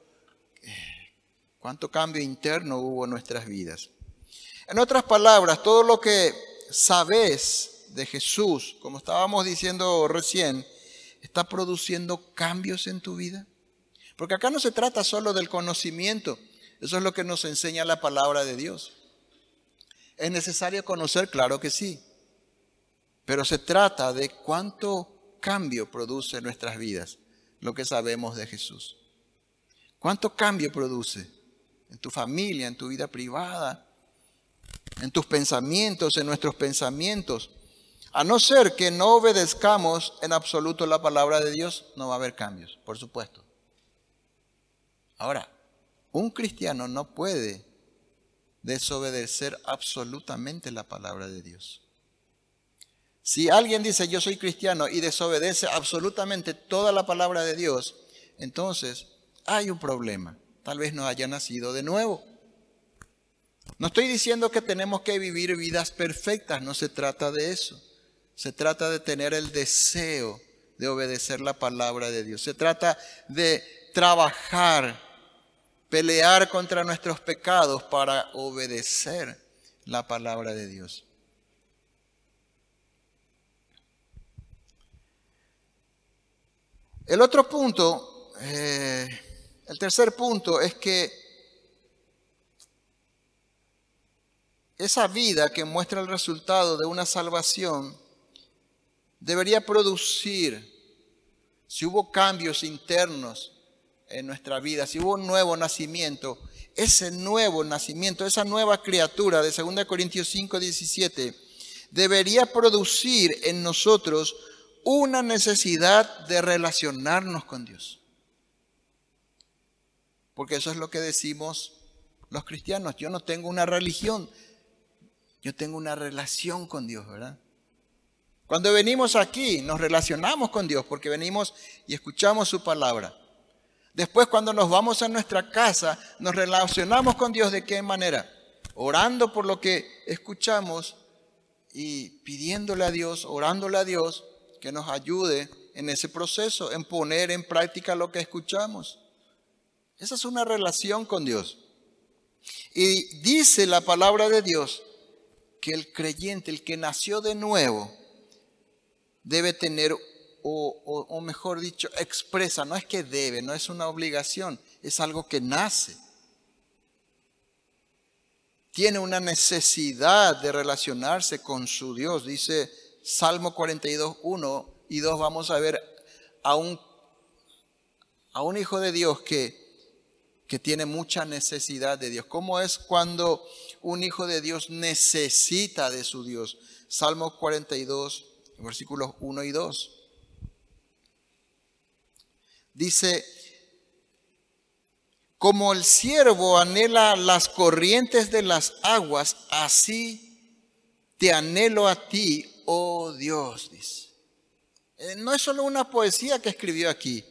cambio interno hubo en nuestras vidas. En otras palabras, todo lo que sabes de Jesús, como estábamos diciendo recién, está produciendo cambios en tu vida. Porque acá no se trata solo del conocimiento. Eso es lo que nos enseña la palabra de Dios. ¿Es necesario conocer? Claro que sí. Pero se trata de cuánto cambio produce en nuestras vidas lo que sabemos de Jesús. ¿Cuánto cambio produce en tu familia, en tu vida privada, en tus pensamientos, en nuestros pensamientos? A no ser que no obedezcamos en absoluto la palabra de Dios, no va a haber cambios, por supuesto. Ahora, un cristiano no puede desobedecer absolutamente la palabra de Dios. Si alguien dice yo soy cristiano y desobedece absolutamente toda la palabra de Dios, entonces hay un problema. Tal vez no haya nacido de nuevo. No estoy diciendo que tenemos que vivir vidas perfectas, no se trata de eso. Se trata de tener el deseo de obedecer la palabra de Dios. Se trata de trabajar, pelear contra nuestros pecados para obedecer la palabra de Dios. El otro punto, el tercer punto es que esa vida que muestra el resultado de una salvación debería producir, si hubo cambios internos en nuestra vida, si hubo un nuevo nacimiento, ese nuevo nacimiento, esa nueva criatura de 2 Corintios 5:17, debería producir en nosotros una necesidad de relacionarnos con Dios. Porque eso es lo que decimos los cristianos. Yo no tengo una religión, yo tengo una relación con Dios, ¿verdad? Cuando venimos aquí nos relacionamos con Dios porque venimos y escuchamos su palabra. Después cuando nos vamos a nuestra casa nos relacionamos con Dios. ¿De qué manera? Orando por lo que escuchamos y pidiéndole a Dios, orándole a Dios que nos ayude en ese proceso, en poner en práctica lo que escuchamos. Esa es una relación con Dios. Y dice la palabra de Dios que el creyente, el que nació de nuevo, debe tener, o mejor dicho, expresa, no es que debe, no es una obligación, es algo que nace. Tiene una necesidad de relacionarse con su Dios. Dice Salmo 42, 1 y 2, vamos a ver a un hijo de Dios que tiene mucha necesidad de Dios. ¿Cómo es cuando un hijo de Dios necesita de su Dios? Salmo 42, versículos 1 y 2. Dice, como el siervo anhela las corrientes de las aguas, así te anhelo a ti, oh Dios, dice. No es solo una poesía que escribió aquí,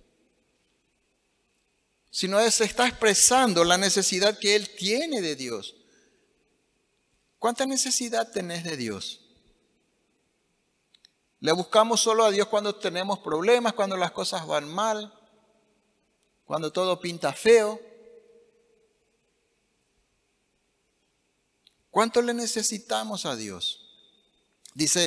sino se está expresando la necesidad que él tiene de Dios. ¿Cuánta necesidad tenés de Dios? ¿Le buscamos solo a Dios cuando tenemos problemas, cuando las cosas van mal, cuando todo pinta feo? ¿Cuánto le necesitamos a Dios? Dice,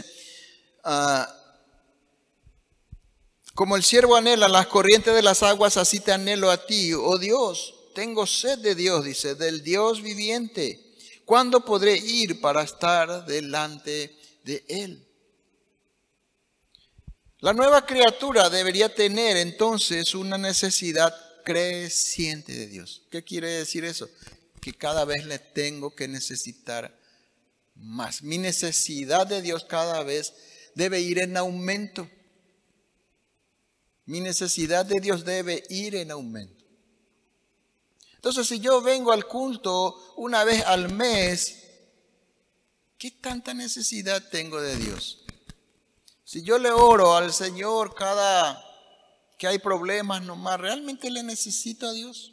como el siervo anhela las corrientes de las aguas, así te anhelo a ti, oh Dios. Tengo sed de Dios, dice, del Dios viviente. ¿Cuándo podré ir para estar delante de Él? La nueva criatura debería tener entonces una necesidad creciente de Dios. ¿Qué quiere decir eso? Que cada vez le tengo que necesitar más. Mi necesidad de Dios cada vez debe ir en aumento. Mi necesidad de Dios debe ir en aumento. Entonces, si yo vengo al culto una vez al mes, ¿qué tanta necesidad tengo de Dios? Si yo le oro al Señor cada que hay problemas nomás, ¿realmente le necesito a Dios?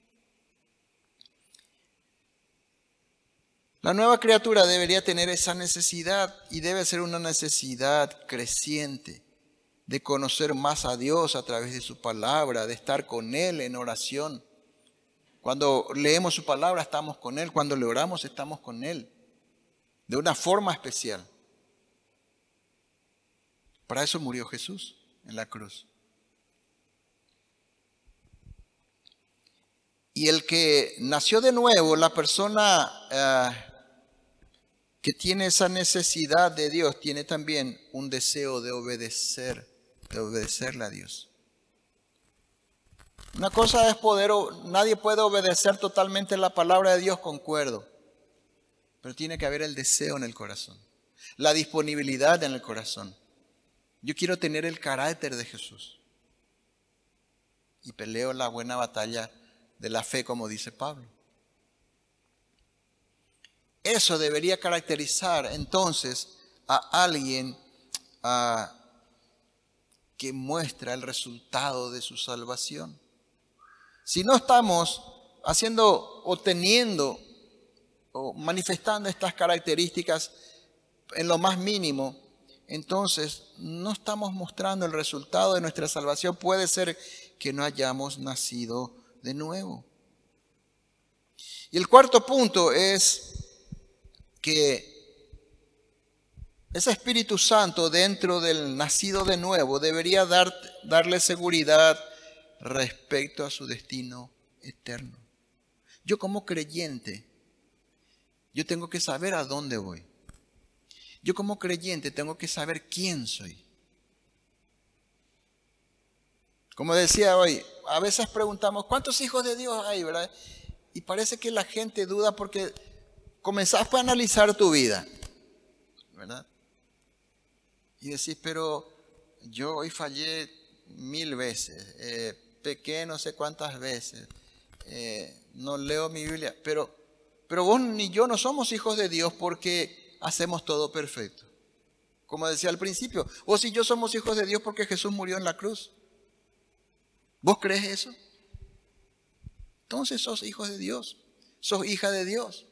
La nueva criatura debería tener esa necesidad y debe ser una necesidad creciente de conocer más a Dios a través de su palabra, de estar con Él en oración. Cuando leemos su palabra estamos con Él, cuando le oramos estamos con Él, de una forma especial. Para eso murió Jesús en la cruz. Y el que nació de nuevo, la persona que tiene esa necesidad de Dios, tiene también un deseo de obedecerle a Dios. Una cosa es nadie puede obedecer totalmente la palabra de Dios, concuerdo, pero tiene que haber el deseo en el corazón, la disponibilidad en el corazón. Yo quiero tener el carácter de Jesús y peleo la buena batalla de la fe, como dice Pablo. Eso debería caracterizar entonces a alguien que muestra el resultado de su salvación. Si no estamos haciendo o teniendo o manifestando estas características en lo más mínimo, entonces no estamos mostrando el resultado de nuestra salvación. Puede ser que no hayamos nacido de nuevo. Y el cuarto punto es que ese Espíritu Santo dentro del nacido de nuevo debería darle seguridad respecto a su destino eterno. Yo como creyente, yo tengo que saber a dónde voy. Yo como creyente tengo que saber quién soy. Como decía hoy, a veces preguntamos, ¿cuántos hijos de Dios hay, verdad? Y parece que la gente duda porque comenzás a analizar tu vida, ¿verdad? Y decís, pero yo hoy fallé 1000 veces, pequé no sé cuántas veces, no leo mi Biblia, pero vos ni yo no somos hijos de Dios porque hacemos todo perfecto. Como decía al principio, vos y yo somos hijos de Dios porque Jesús murió en la cruz. ¿Vos crees eso? Entonces sos hijos de Dios, sos hija de Dios.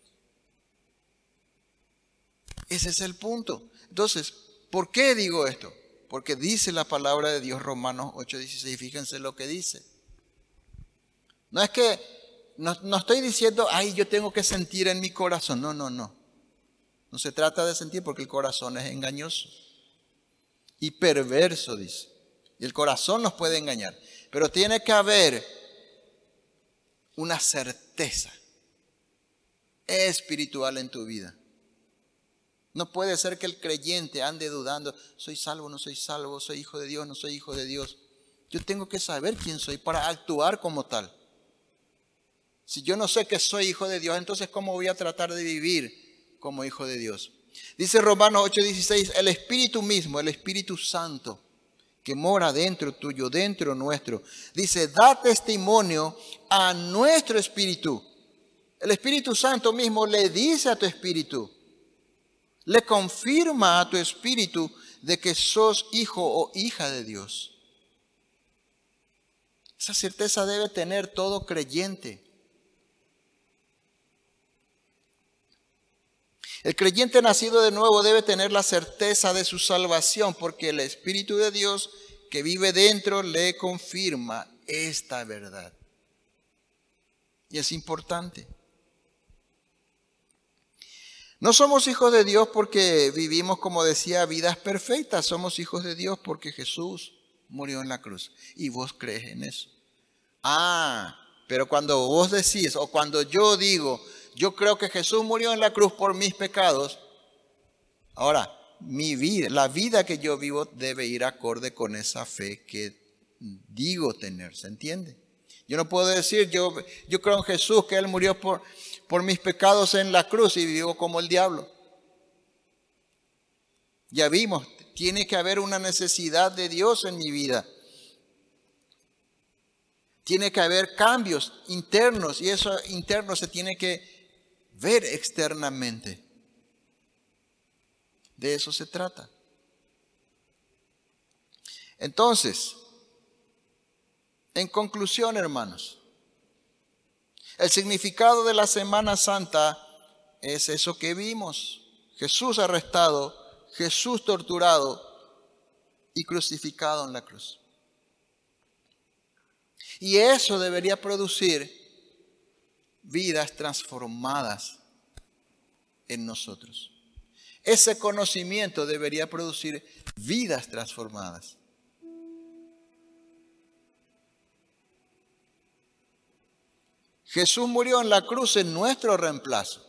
Ese es el punto. Entonces, ¿por qué digo esto? Porque dice la palabra de Dios, Romanos 8:16, fíjense lo que dice. No es que, no estoy diciendo, ay, yo tengo que sentir en mi corazón. No. No se trata de sentir porque el corazón es engañoso y perverso, dice. Y el corazón nos puede engañar. Pero tiene que haber una certeza espiritual en tu vida. No puede ser que el creyente ande dudando, soy salvo, no soy salvo, soy hijo de Dios, no soy hijo de Dios. Yo tengo que saber quién soy para actuar como tal. Si yo no sé que soy hijo de Dios, entonces ¿cómo voy a tratar de vivir como hijo de Dios? Dice Romanos 8:16, el Espíritu mismo, el Espíritu Santo, que mora dentro tuyo, dentro nuestro, dice, da testimonio a nuestro espíritu. El Espíritu Santo mismo le dice a tu espíritu, le confirma a tu espíritu de que sos hijo o hija de Dios. Esa certeza debe tener todo creyente. El creyente nacido de nuevo debe tener la certeza de su salvación porque el Espíritu de Dios que vive dentro le confirma esta verdad. Y es importante. No somos hijos de Dios porque vivimos, como decía, vidas perfectas. Somos hijos de Dios porque Jesús murió en la cruz. Y vos crees en eso. Pero cuando vos decís, o cuando yo digo, yo creo que Jesús murió en la cruz por mis pecados, ahora, mi vida, la vida que yo vivo debe ir acorde con esa fe que digo tener, ¿se entiende? Yo no puedo decir, yo creo en Jesús, que Él murió por mis pecados en la cruz y vivo como el diablo. Ya vimos, tiene que haber una necesidad de Dios en mi vida. Tiene que haber cambios internos y eso interno se tiene que ver externamente. De eso se trata. Entonces, en conclusión, hermanos, el significado de la Semana Santa es eso que vimos. Jesús arrestado, Jesús torturado y crucificado en la cruz. Y eso debería producir vidas transformadas en nosotros. Ese conocimiento debería producir vidas transformadas. Jesús murió en la cruz en nuestro reemplazo.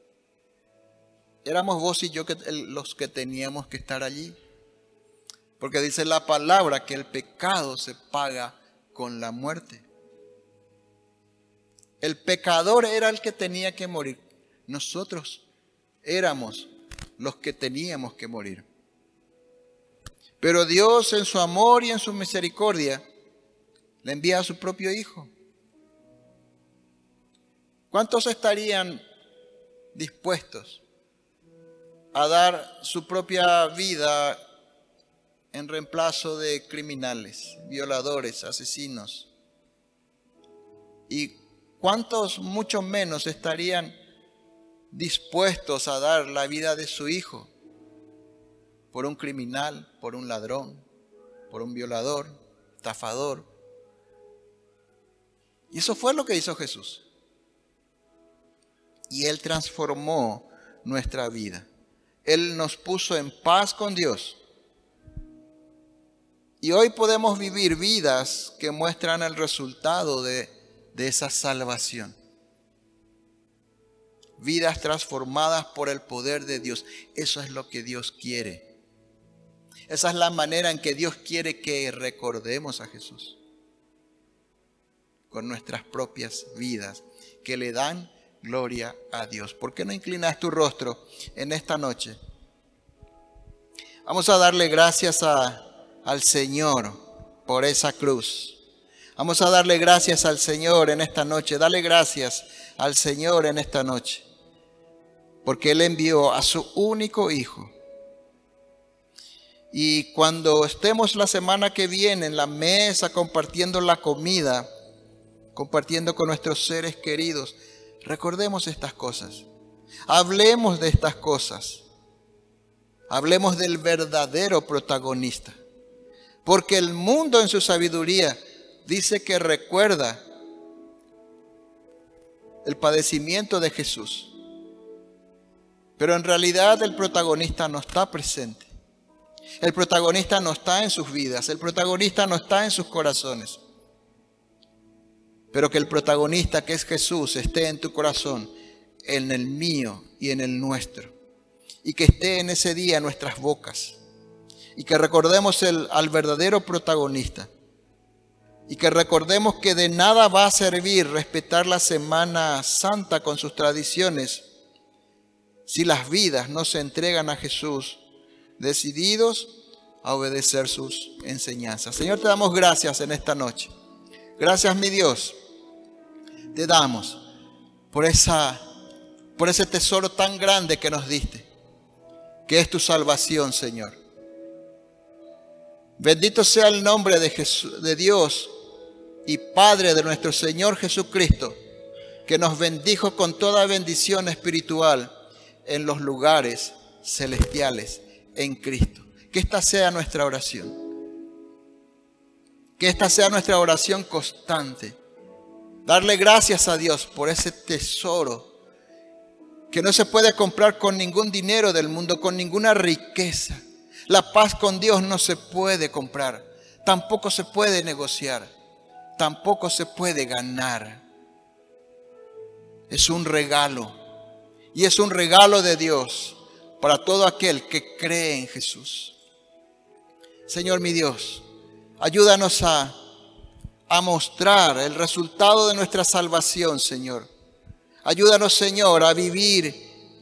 Éramos vos y yo los que teníamos que estar allí. Porque dice la palabra que el pecado se paga con la muerte. El pecador era el que tenía que morir. Nosotros éramos los que teníamos que morir. Pero Dios en su amor y en su misericordia le envía a su propio Hijo. ¿Cuántos estarían dispuestos a dar su propia vida en reemplazo de criminales, violadores, asesinos? ¿Y cuántos mucho menos estarían dispuestos a dar la vida de su hijo por un criminal, por un ladrón, por un violador, estafador? Y eso fue lo que hizo Jesús. Y Él transformó nuestra vida. Él nos puso en paz con Dios. Y hoy podemos vivir vidas que muestran el resultado de esa salvación. Vidas transformadas por el poder de Dios. Eso es lo que Dios quiere. Esa es la manera en que Dios quiere que recordemos a Jesús. Con nuestras propias vidas que le dan gloria a Dios. ¿Por qué no inclinas tu rostro en esta noche? Vamos a darle gracias al Señor por esa cruz. Vamos a darle gracias al Señor en esta noche. Dale gracias al Señor en esta noche. Porque Él envió a su único Hijo. Y cuando estemos la semana que viene en la mesa compartiendo la comida, compartiendo con nuestros seres queridos, recordemos estas cosas. Hablemos de estas cosas. Hablemos del verdadero protagonista. Porque el mundo en su sabiduría dice que recuerda el padecimiento de Jesús. Pero en realidad el protagonista no está presente. El protagonista no está en sus vidas. El protagonista no está en sus corazones. Pero que el protagonista, que es Jesús, esté en tu corazón, en el mío y en el nuestro. Y que esté en ese día en nuestras bocas. Y que recordemos al verdadero protagonista. Y que recordemos que de nada va a servir respetar la Semana Santa con sus tradiciones si las vidas no se entregan a Jesús, decididos a obedecer sus enseñanzas. Señor, te damos gracias en esta noche. Gracias, mi Dios. Te damos por ese tesoro tan grande que nos diste, que es tu salvación, Señor. Bendito sea el nombre de Dios y Padre de nuestro Señor Jesucristo, que nos bendijo con toda bendición espiritual en los lugares celestiales en Cristo. Que esta sea nuestra oración. Que esta sea nuestra oración constante. Darle gracias a Dios por ese tesoro que no se puede comprar con ningún dinero del mundo, con ninguna riqueza. La paz con Dios no se puede comprar, tampoco se puede negociar, tampoco se puede ganar. Es un regalo, y es un regalo de Dios para todo aquel que cree en Jesús. Señor mi Dios, ayúdanos a mostrar el resultado de nuestra salvación, Señor. Ayúdanos, Señor, a vivir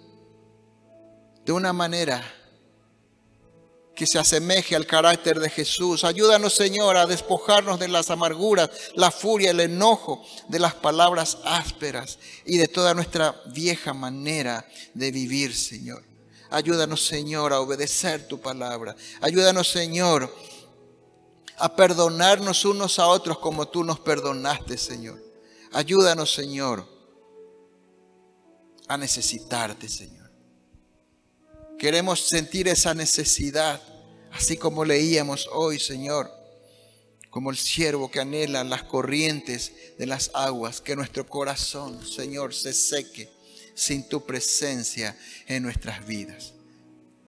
de una manera que se asemeje al carácter de Jesús. Ayúdanos, Señor, a despojarnos de las amarguras, la furia, el enojo, de las palabras ásperas y de toda nuestra vieja manera de vivir, Señor. Ayúdanos, Señor, a obedecer tu palabra. Ayúdanos, Señor, a perdonarnos unos a otros como tú nos perdonaste, Señor. Ayúdanos, Señor, a necesitarte, Señor. Queremos sentir esa necesidad, así como leíamos hoy, Señor, como el siervo que anhela las corrientes de las aguas, que nuestro corazón, Señor, se seque sin tu presencia en nuestras vidas.